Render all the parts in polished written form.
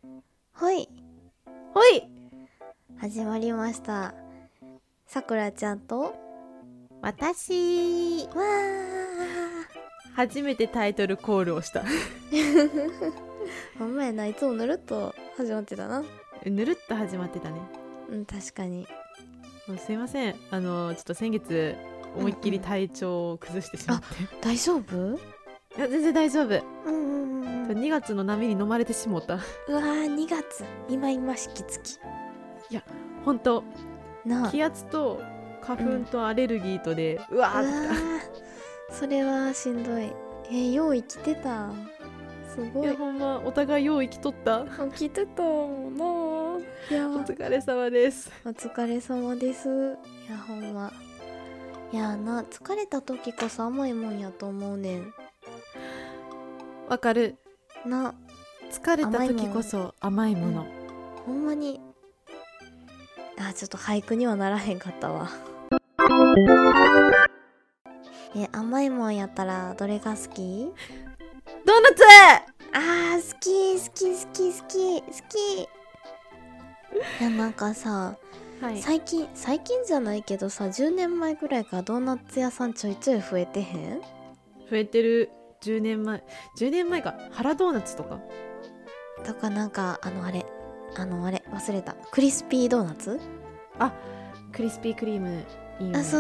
ほいほい。 始まりました。さくらちゃんと私わ初めてタイトルコールをしたーほんまやな、いつもぬるっと始まってたな。 ぬるっと始まってたね。 確かに。 もうすいません、ちょっと先月思いっきり体調を崩してしまって、 大丈夫？ いや全然大丈夫。 うん 2月の波に飲まれてしもうた。 うわー、2月今しきつきほんとなあ。 気圧と花粉とアレルギーとで、うわうわーってー、それはしんどい。よう生きてた。すごい。 いやほんまお互いよう生きとった。 生きてたもんな。いやお疲れ様です。 お疲れ様です。いやほんま、いやな、疲れた時こそ甘いもんやと思うねんわかる。 な。 疲れた時こそ甘いもの、 ほんまに。ちょっと俳句にはならへんかったわ。甘いもんやったらどれが好き？ ドーナツ。 好き。いやなんかさ、 はい最近じゃないけどさ、10年前ぐらいからドーナツ屋さんちょいちょい増えてへん？ 増えてる。10年前か。原ドーナツとか。 とかなんかあれ忘れた。クリスピードーナツ？ クリスピークリームいいよね。 そう。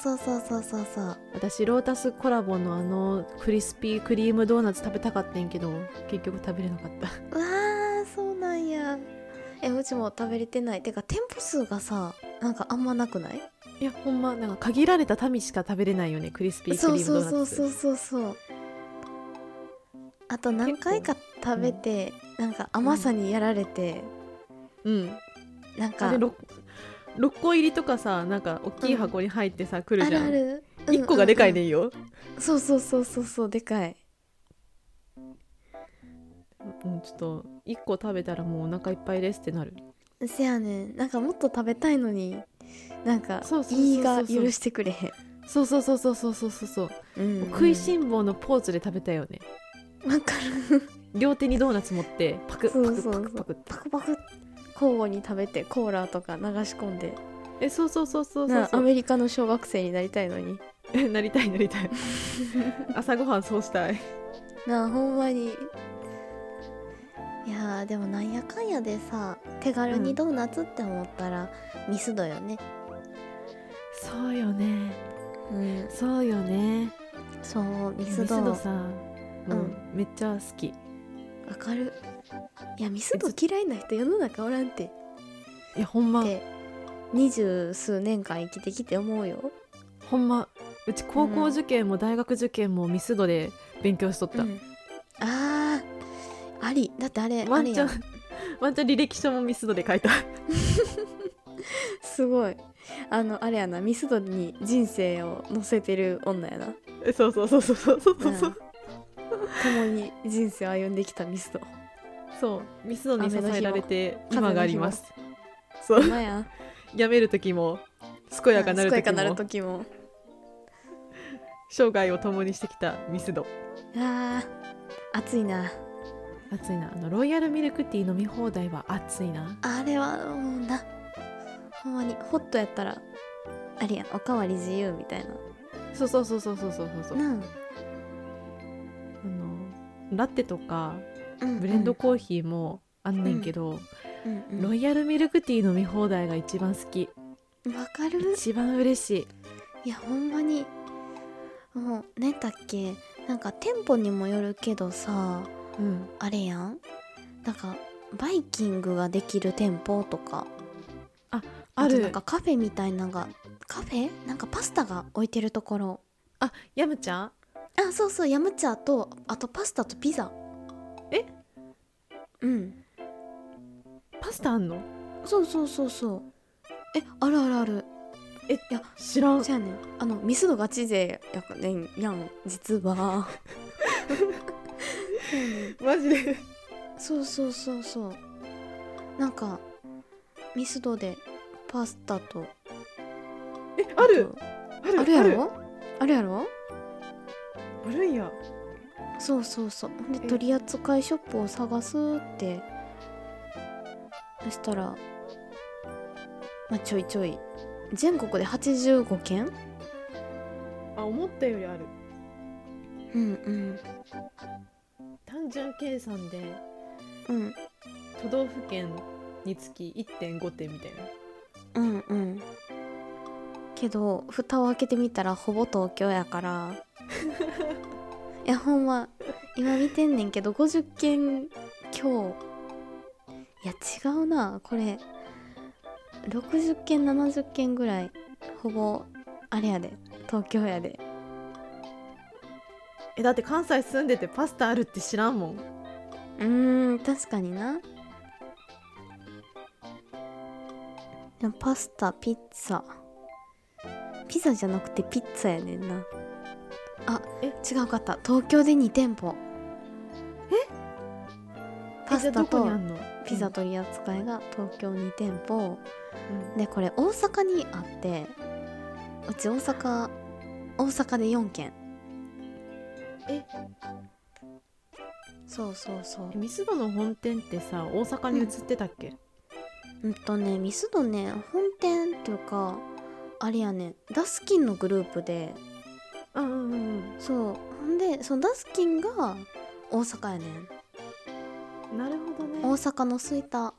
私ロータスコラボのクリスピークリームドーナツ食べたかったんけど結局食べれなかった。 うわー、そうなんや。うちも食べれてない。てか店舗数がさ、なんかあんまなくない？ いやほんまなんか限られた民しか食べれないよね、クリスピークリームドーナツ。 そう。あと何回か食べて、なんか甘さにやられて、なんかあれ 6個入りとかさ、なんか大きい箱に入ってさ、来るじゃん。 ある 1個がでかいねんよ。 そうでかい。 ちょっと1個食べたらもうお腹いっぱいですってなる。 せやねん、なんかもっと食べたいのに、なんかそう胃が許してくれへん。 そう、食いしん坊のポーズで食べたよね。 わかる。 両手にドーナツ持ってパクそうパクパクって。 パクパク交互に食べて、コーラとか流し込んで。 そうなあ、アメリカの小学生になりたいのに。 なりたい朝ごはんそうしたい。 なあ、ほんまに。いやー、でもなんやかんやでさ、手軽にドーナツって思ったらミスドよね。 そうよね、 そう、ミミスドスドさ、もうめっちゃ好き。 わかる。いや、ミスド嫌いな人世の中おらんて。 いやほんまって20数年間生きてきて思うよ。 ほんま、うち高校受験も大学受験もミスドで勉強しとった。 ありだってあれワンチャン履歴書もミスドで書いた。 すごい。あれやな、ミスドに人生を乗せてる女やな。 そう共に人生を歩んできたミスド。 ミスドに支えられて今があります。 ほんまや。 やめる時も健やかなる時も生涯を共にしてきたミスド。 熱いな。 ロイヤルミルクティー飲み放題は熱いな。 あれはもうな、ほんまにホットやったらあれやん、おかわり自由みたいな。 そうなラテとかブレンドコーヒーもあんねんけど、ロイヤルミルクティー飲み放題が一番好き。 わかる。 一番嬉しい。 いやほんまに、もうねだっけ、なんか店舗にもよるけどさ、あれやん、なんかバイキングができる店舗とか、 あとる。 なんかカフェみたいなのが、カフェなんかパスタが置いてるところ。 ヤムチャ。 そうヤムチャと、あとパスタとピザ。 パスタあんの？ そうある。いや知らん。 じゃあね、ミスドガチ勢やねんやん実は。 マジで。 そうなんかミスドでパスタと、 あるやろ。あるんや。そうで取り扱いショップを探すってそしたらちょいちょい全国で85件。 思ったよりある。 うんうん。 単純計算でうん都道府県につき 1.5 点みたいな。 うんうん。けど蓋を開けてみたらほぼ東京やからいやほんま今見てんねんけど50件強。いや違うな、これ60件70件ぐらいほぼあれやで、東京やで。 だって関西住んでてパスタあるって知らんもん。 確かにな。でもパスタピザじゃなくてピッツァやねんな。違うかった、東京で2店舗。パスタとピザ取り扱いが東京2店舗、でこれ大阪にあって、うち大阪で4軒。そうそうそう。 ミスドの本店ってさ大阪に移ってたっけ？ ミスドね、本店っていうかあれやねん、ダスキンのグループで。そうほんでそのダスキンが大阪やねん。 なるほどね。 大阪の吹田。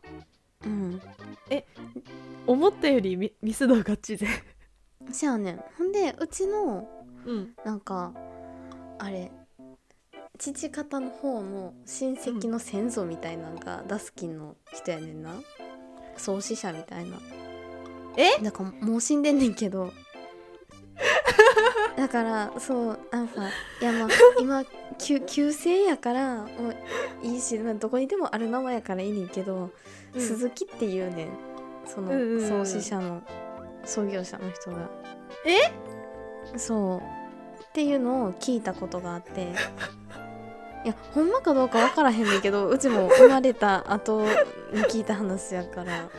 思ったよりミスドガチでせやねん。ほんでうちのなんかあれ父方の方の親戚の先祖みたいなのがダスキンの人やねんな、創始者みたいな。だからもう死んでんねんけどだからそうなんかいや今旧姓やからもういいし、どこにでもある名前やからいいねんけど、鈴木っていうねん、その創始者の創業者の人が。そうっていうのを聞いたことがあっていやほんまかどうか分からへんねんけど、うちも生まれた後に聞いた話やから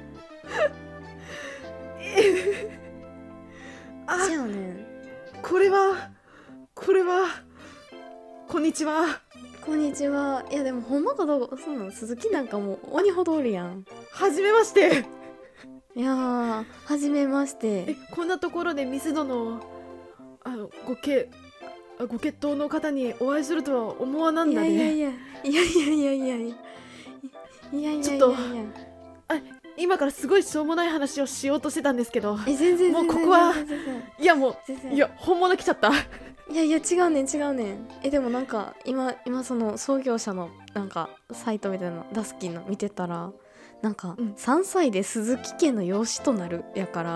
せやねん。 これはこんにちは。 こんにちは。いやでもほんまかどうか、そんなん鈴木なんかもう鬼ほどおるやん。 はじめまして。 いやーはじめまして。 こんなところでミスドのご血統の方にお会いするとは思わなんだね。 いやちょっと今からすごいしょうもない話をしようとしてたんですけど、 全然もうここはいやもういや本物来ちゃった。 いや違うねん。でもなんか今その創業者のなんかサイトみたいなダスキンの見てたら、なんか3歳で鈴木家の養子となるやから、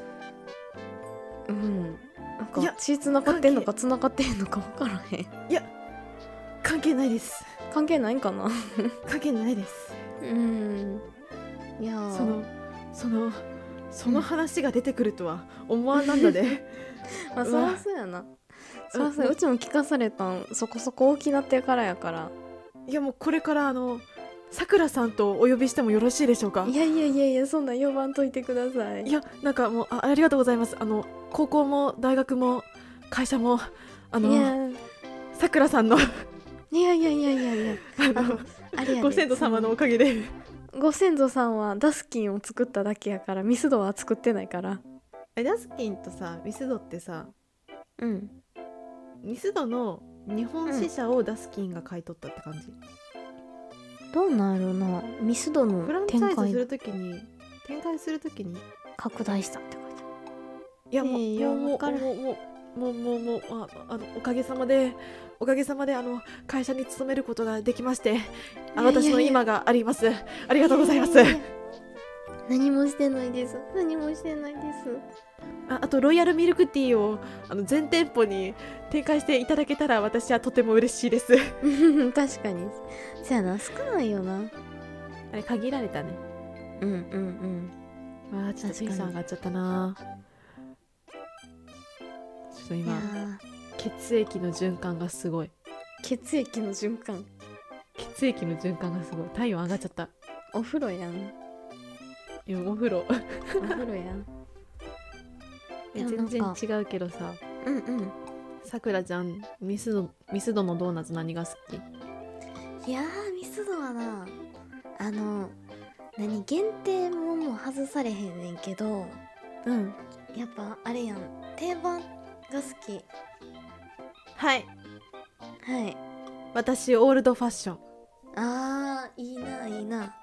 なんか血つながってんのかつながってんのか分からへん。 いや関係ないです。 関係ないんかな関係ないです。 いやその話が出てくるとは思わんなんだでそりゃそうやな。うちも聞かされたんそこそこ大きなってからやから。 いやもうこれからさくらさんとお呼びしてもよろしいでしょうか？ いやそんな呼ばんといてください。 いやなんかもうありがとうございます。高校も大学も会社もさくらさんのいやご先祖様のおかげで。 ご先祖さんはダスキンを作っただけやから、ミスドは作ってないから。 ダスキンとさミスドってさ、ミスドの日本支社をダスキンが買い取ったって感じ？ どうなるな。ミスドのフランチャイズするときに拡大したって感じ。いやもうおかげさまで会社に勤めることができまして、私の今があります。ありがとうございます。 何もしてないです。 あとロイヤルミルクティーを全店舗に展開していただけたら私はとても嬉しいです。 確かにそやな、少ないよな。 あれ限られたね。ちょっとテンション上がっちゃったな。ちょっと今血液の循環がすごい。 血液の循環がすごい。体温上がっちゃった。 お風呂やん。 お風呂やん。 全然違うけどさ、さくらちゃんミスドのドーナツ何が好き？ いやミスドはな限定ももう外されへんねんけど、やっぱあれやん、定番が好き。 はい、 私オールドファッション。 いいないいな。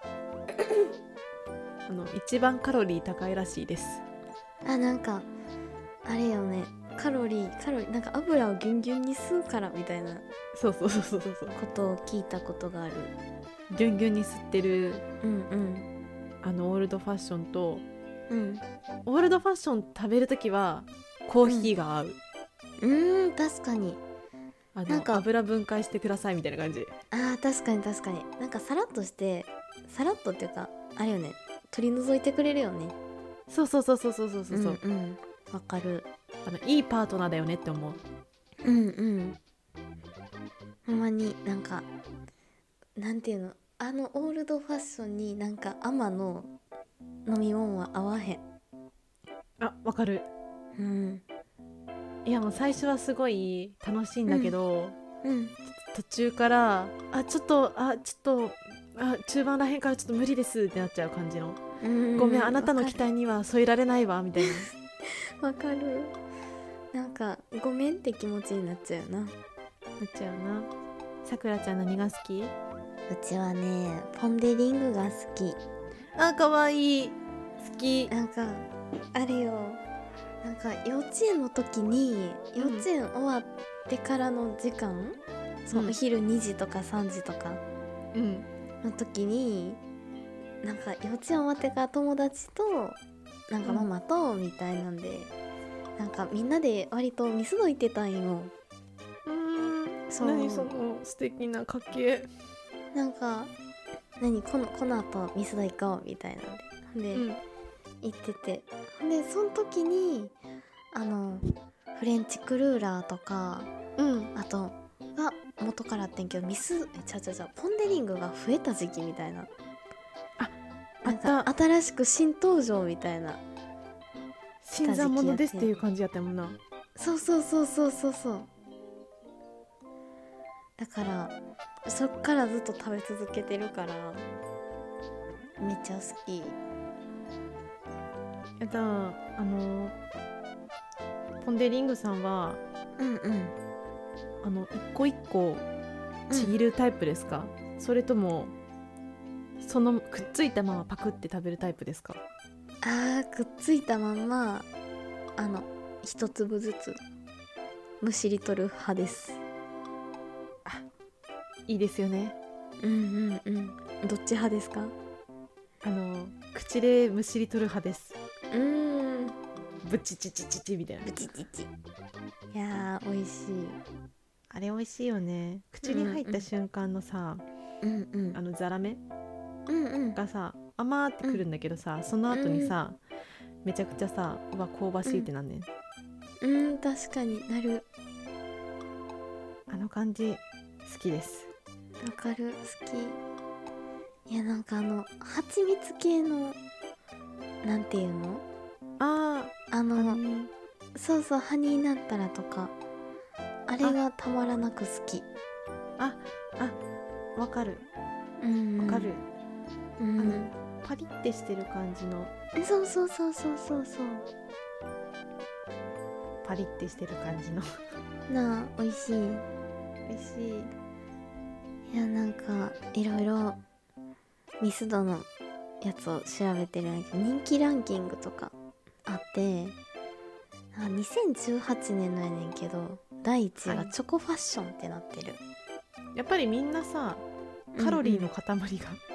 一番カロリー高いらしいです。 なんかあれよね、カロリーなんか油をギュンギュンに吸うからみたいなそうことを聞いたことがある。 ギュンギュンに吸ってる、オールドファッションと、オールドファッション食べるときはコーヒーが合う。 確かになんか油分解してくださいみたいな感じ。 確かになんかさらっとっていうかあれよね、取り除いてくれるよね。 そうわかる。 いいパートナーだよねって思う。 ほんまになんかなんていうの、オールドファッションになんか甘の飲み物は合わへん。 わかる。いやもう最初はすごい楽しいんだけど、途中からちょっと中盤らへんからちょっと無理ですってなっちゃう感じの、ごめんあなたの期待には添えられないわみたいな。 わかる。なんかごめんって気持ちになっちゃうな。 さくらちゃん何が好き？ うちはね、ポン・デ・リングが好き。 かわいい。好き。 なんかあれよ、なんか幼稚園の時に、幼稚園終わってからの時間、お昼2時とか3時とかの時に、なんか幼稚園終わってから友達となんかママとみたいなんで、なんかみんなで割とミスド行ってたんよ。 何その素敵な家系。 なんかこの後ミスド行こうみたいなんで、行ってて、でその時にフレンチクルーラーとか、あとが元からあってんけど、ポン・デ・リングが増えた時期みたいな、なんか新しく新登場みたいな、 新参者ですっていう感じやったもんな。 そうだからそっからずっと食べ続けてるからめっちゃ好き。 ポン・デ・リングさんは一個一個ちぎるタイプですか？それともそのくっついたままパクって食べるタイプですか？ くっついたまま一粒ずつむしり取る派です。 いいですよね。 どっち派ですか？ 口でむしり取る派です。ブチチチチチみたいな。 ブチチチ。いやー美味しい。 あれ美味しいよね。口に入った瞬間のさ、ザラメがさ甘ってくるんだけどさ、その後にさ、めちゃくちゃさ香ばしいってなんねん。 確かになる。 あの感じ好きです。 わかる、好き。いやなんか蜂蜜系のなんていうの、そうハニーなんたらとか、あれがたまらなく好き。 わかる。わかる。パリってしてる感じの。 そうパリってしてる感じのなあ、美味しい。いやなんかいろいろミスドのやつを調べてるんやけど、人気ランキングとかあって、2018年のやねんけど、第1位がチョコファッションってなってる。 やっぱりみんなさカロリーの塊が、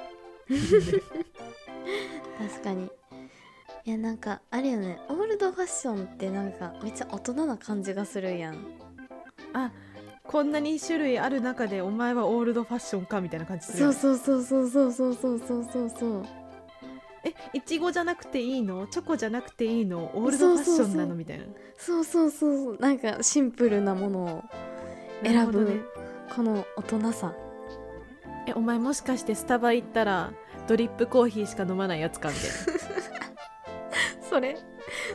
確かに。いやなんかあれよね、オールドファッションってなんかめっちゃ大人な感じがするやん。 こんなに種類ある中でお前はオールドファッションかみたいな感じする。 そういちごじゃなくていいの？チョコじゃなくていいの？オールドファッションなの？みたいな。 そうなんかシンプルなものを選ぶ、この大人さ。 お前もしかしてスタバ行ったらドリップコーヒーしか飲まないやつかみたいな。 それ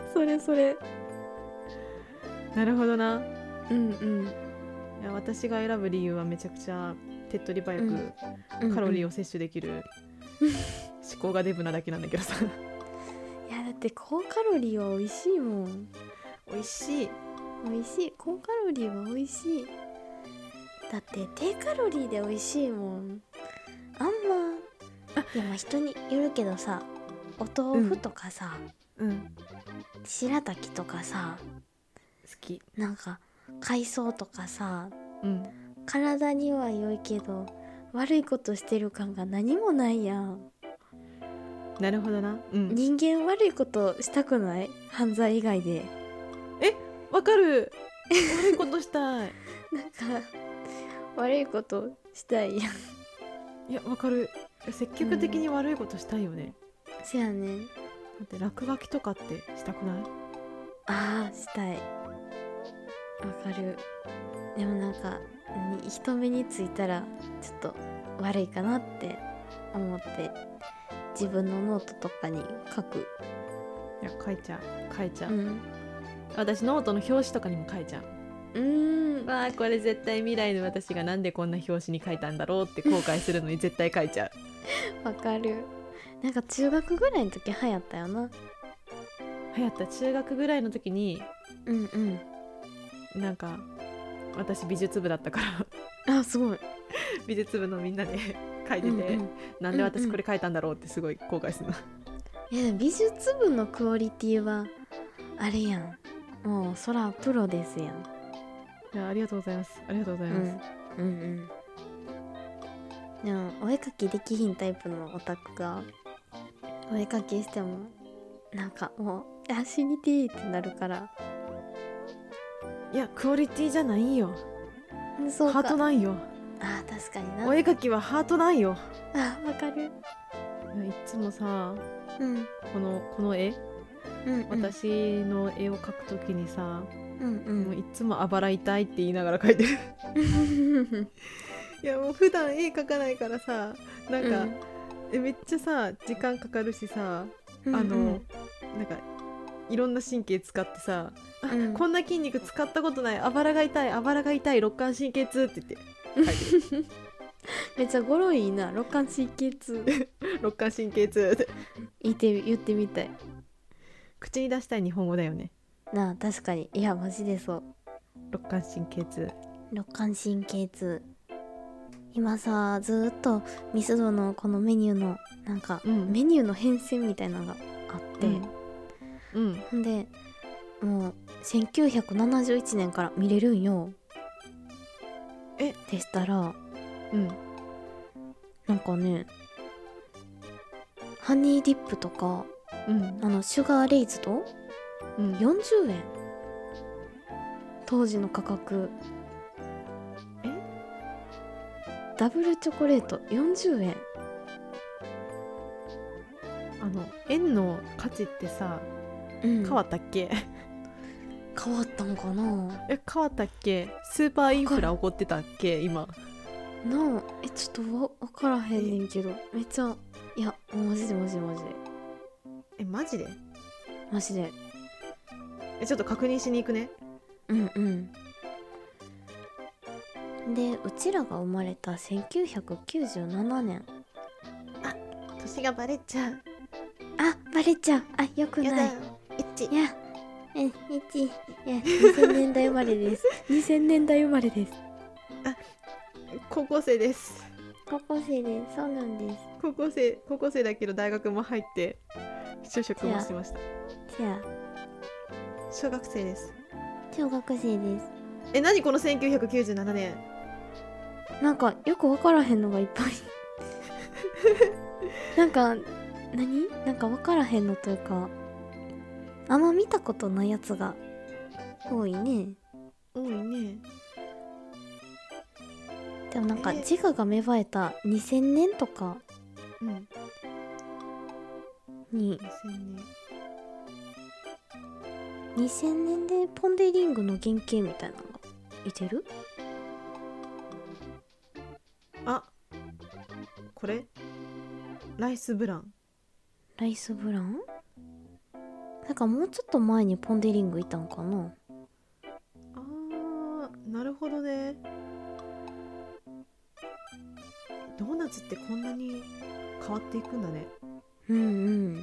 なるほどな。 いや私が選ぶ理由はめちゃくちゃ手っ取り早くカロリーを摂取できる思考がデブなだけなんだけどさ。 いやだって高カロリーは美味しいもん。 美味しい。 美味しい。高カロリーは美味しい。だって低カロリーで美味しいもん。あんまいやまあ人によるけどさ、お豆腐とかさ、白滝とかさ、 好き。 なんか海藻とかさ、 うん体には良いけど悪いことしてる感が何もないやん。 なるほどな。 人間悪いことしたくない？犯罪以外で。 わかる。悪いことしたい。 なんか悪いことしたいやん。 いやわかる。積極的に悪いことしたいよね。 せやねん。 だって落書きとかってしたくない？ ああしたい。わかる。でもなんか人目についたらちょっと悪いかなって思って自分のノートとかに書く。 いや書いちゃう、私ノートの表紙とかにも書いちゃう。わあこれ絶対未来の私がなんでこんな表紙に書いたんだろうって後悔するのに絶対書いちゃう。 わかる。なんか中学ぐらいの時流行ったよな。 流行った。中学ぐらいの時になんか私美術部だったからあすごい。 美術部のみんなで書いてて、なんで私これ書いたんだろうってすごい後悔するの。 いや美術部のクオリティはあれやん。もうそらプロですやん。 いやありがとうございます。ありがとうございます。 でもお絵かきできひんタイプのオタクがお絵かきしてもなんかもう死にてーってなるから。 いやクオリティじゃないよ。 そうか。 ハートないよ。 あ確かにな。 お絵かきはハートないよ。 わかる。 いつもさ、この絵、私の絵を描くときにさ、もういつもあばら痛いって言いながら描いてる。いやもう普段絵描かないからさ、なんか、めっちゃさ時間かかるしさ、なんかいろんな神経使ってさ、こんな筋肉使ったことない、あばらが痛いあばらが痛い、肋間神経痛って言って描いてる。 めっちゃ語呂いいな。肋間神経痛。 肋間神経痛って言ってみたい。 口に出したい日本語だよね。 なあ確かに。いやマジでそう。 肋間神経痛。肋間神経痛。今さずっとミスドのこのメニューのなんか、メニューの変遷みたいなのがあって、ほんでもう1971年から見れるんよ。でしたらなんかねハニーディップとか、シュガーレイズと、40円当時の価格。ダブルチョコレート40円。 円の価値ってさ、変わったっけ？ 変わったんかな。 変わったっけ？スーパーインフラ起こってたっけ今なあ。ちょっと分からへんねんけど、めっちゃいやマジでマジでマジでマジでちょっと確認しに行くね。 でうちらが生まれた1997年。 年がバレちゃう。 バレちゃう。よくない。 いや 2000年代生まれです。2000年代生まれです。 高校生です。 高校生です。そうなんです。 高校生だけど大学も入って就職もしました。小学生です。 小学生です。 何この1997年。 なんかよく分からへんのがいっぱい。なんかなんか分からへんのというか、あんま見たことないやつが多いね。でもなんか自我が芽生えた2000年とかに、2000年でポン・デ・リングの原型みたいなのがいてる。 これライスブラン。 なんかもうちょっと前にポン・デ・リングいたんかな。 なるほどね。ドーナツってこんなに変わっていくんだね。 うんうん。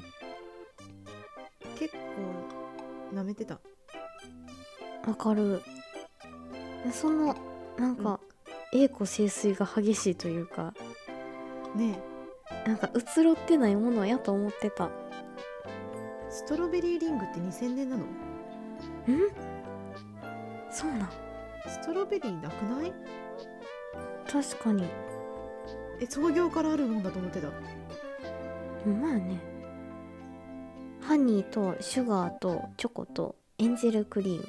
結構舐めてた。 わかる。そのなんか、栄枯盛衰が激しいというかねえ、なんか移ろってないものやと思ってた。 ストロベリーリングって2000年なの？ そうなん？ ストロベリーなくない？ 確かに。 創業からあるもんだと思ってた。 まあね。ハニーとシュガーとチョコとエンジェルクリーム。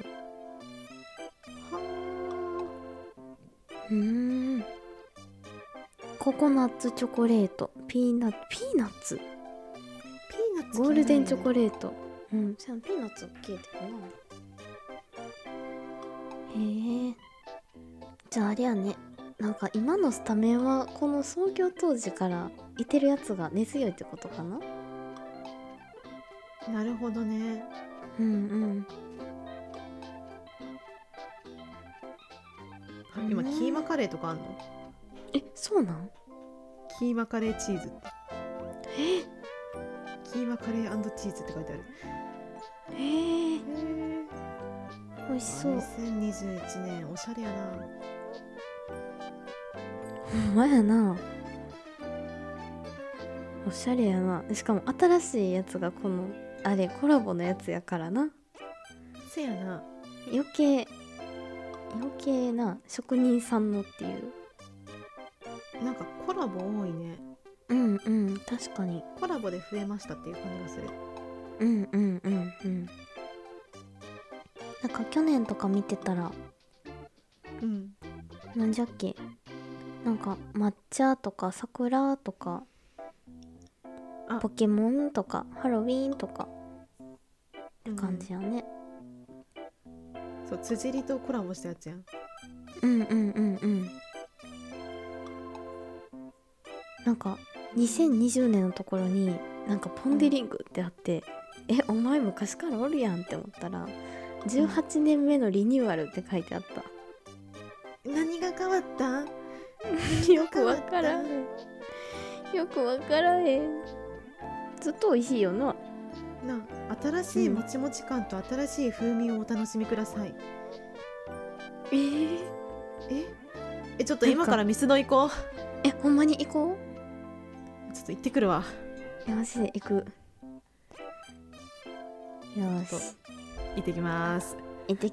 はココナッツチョコレート、ピーナッツゴールデンチョコレート。ピーナッツ消えてるな。へえ。じゃああれやね、なんか今のスタメンはこの創業当時からいてるやつが根強いってことかな。 なるほどね。今キーマカレーとかあんの？ そうなん？ キーマカレーチーズって。キーマカレー&チーズって書いてある。 美味しそう。 2021年おしゃれやな。 ほんまやな。おしゃれやな。しかも新しいやつがこのあれコラボのやつやからな。 せやな。 余計な職人さんのっていう。 なんかコラボ多いね。 確かにコラボで増えましたっていう感じがする。 なんか去年とか見てたらなんじゃっけ、なんか抹茶とか桜とかポケモンとかハロウィーンとかって感じやね。 そう、辻りとコラボしたやつやん。 なんか2020年のところになんかポンデリングってあって、お前昔からおるやんって思ったら18年目のリニューアルって書いてあった。 何が変わった？ よくわからへん。ずっと美味しいよな。 新しいもちもち感と新しい風味をお楽しみください。ちょっと今からミスド行こう。 ほんまに行こう。ちょっと行ってくるわ。 マジで行く。よし、 行ってきます。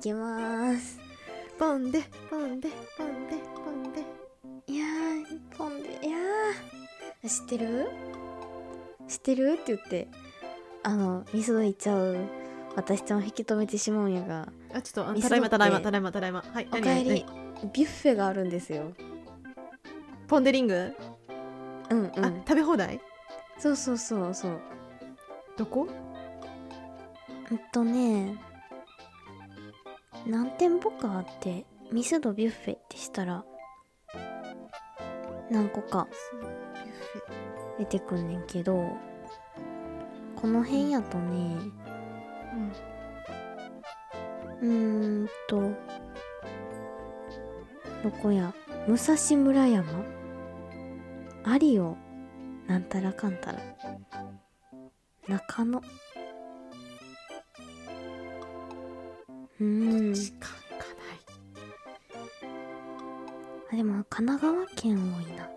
ポンデポンデポンデポンデ。 ポンデ知ってるって言ってミスド行っちゃう私ちゃんを引き止めてしまうんやが。 ちょっとただいま。はい、 おかえり。ビュッフェがあるんですよ。 ポンデリング？食べ放題？ そう。 どこ？ 何店舗かあってミスドビュッフェってしたら何個か出てくんねんけど、この辺やとね、どこや、武蔵村山有オなんたらかんたら中野、 時間がない。 でも神奈川県多いな。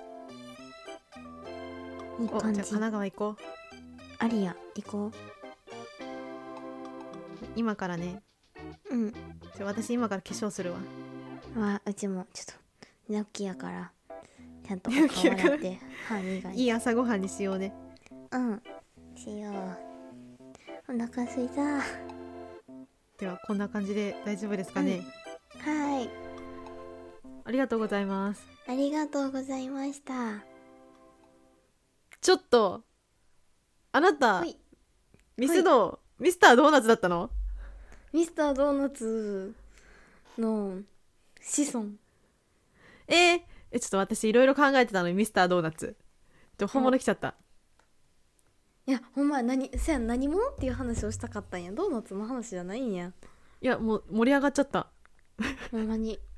いい感じ。 じゃあ神奈川行こう。 有谷行こう。 今からね。私今から化粧するわ。 うちもちょっと寝起きやからちゃんとお顔洗って歯磨いていい朝ごはんにしようね。 しよう。お腹すいた。 ではこんな感じで大丈夫ですかね？ はい。 ありがとうございます。 ありがとうございました。 ちょっとあなたミスタードーナツだったの？ ミスタードーナツの子孫。 ちょっと私いろいろ考えてたのにミスタードーナツ本物来ちゃった。 いやほんま何者っていう話をしたかったんや。ドーナツの話じゃないんや。 いやもう盛り上がっちゃった。 ほんまに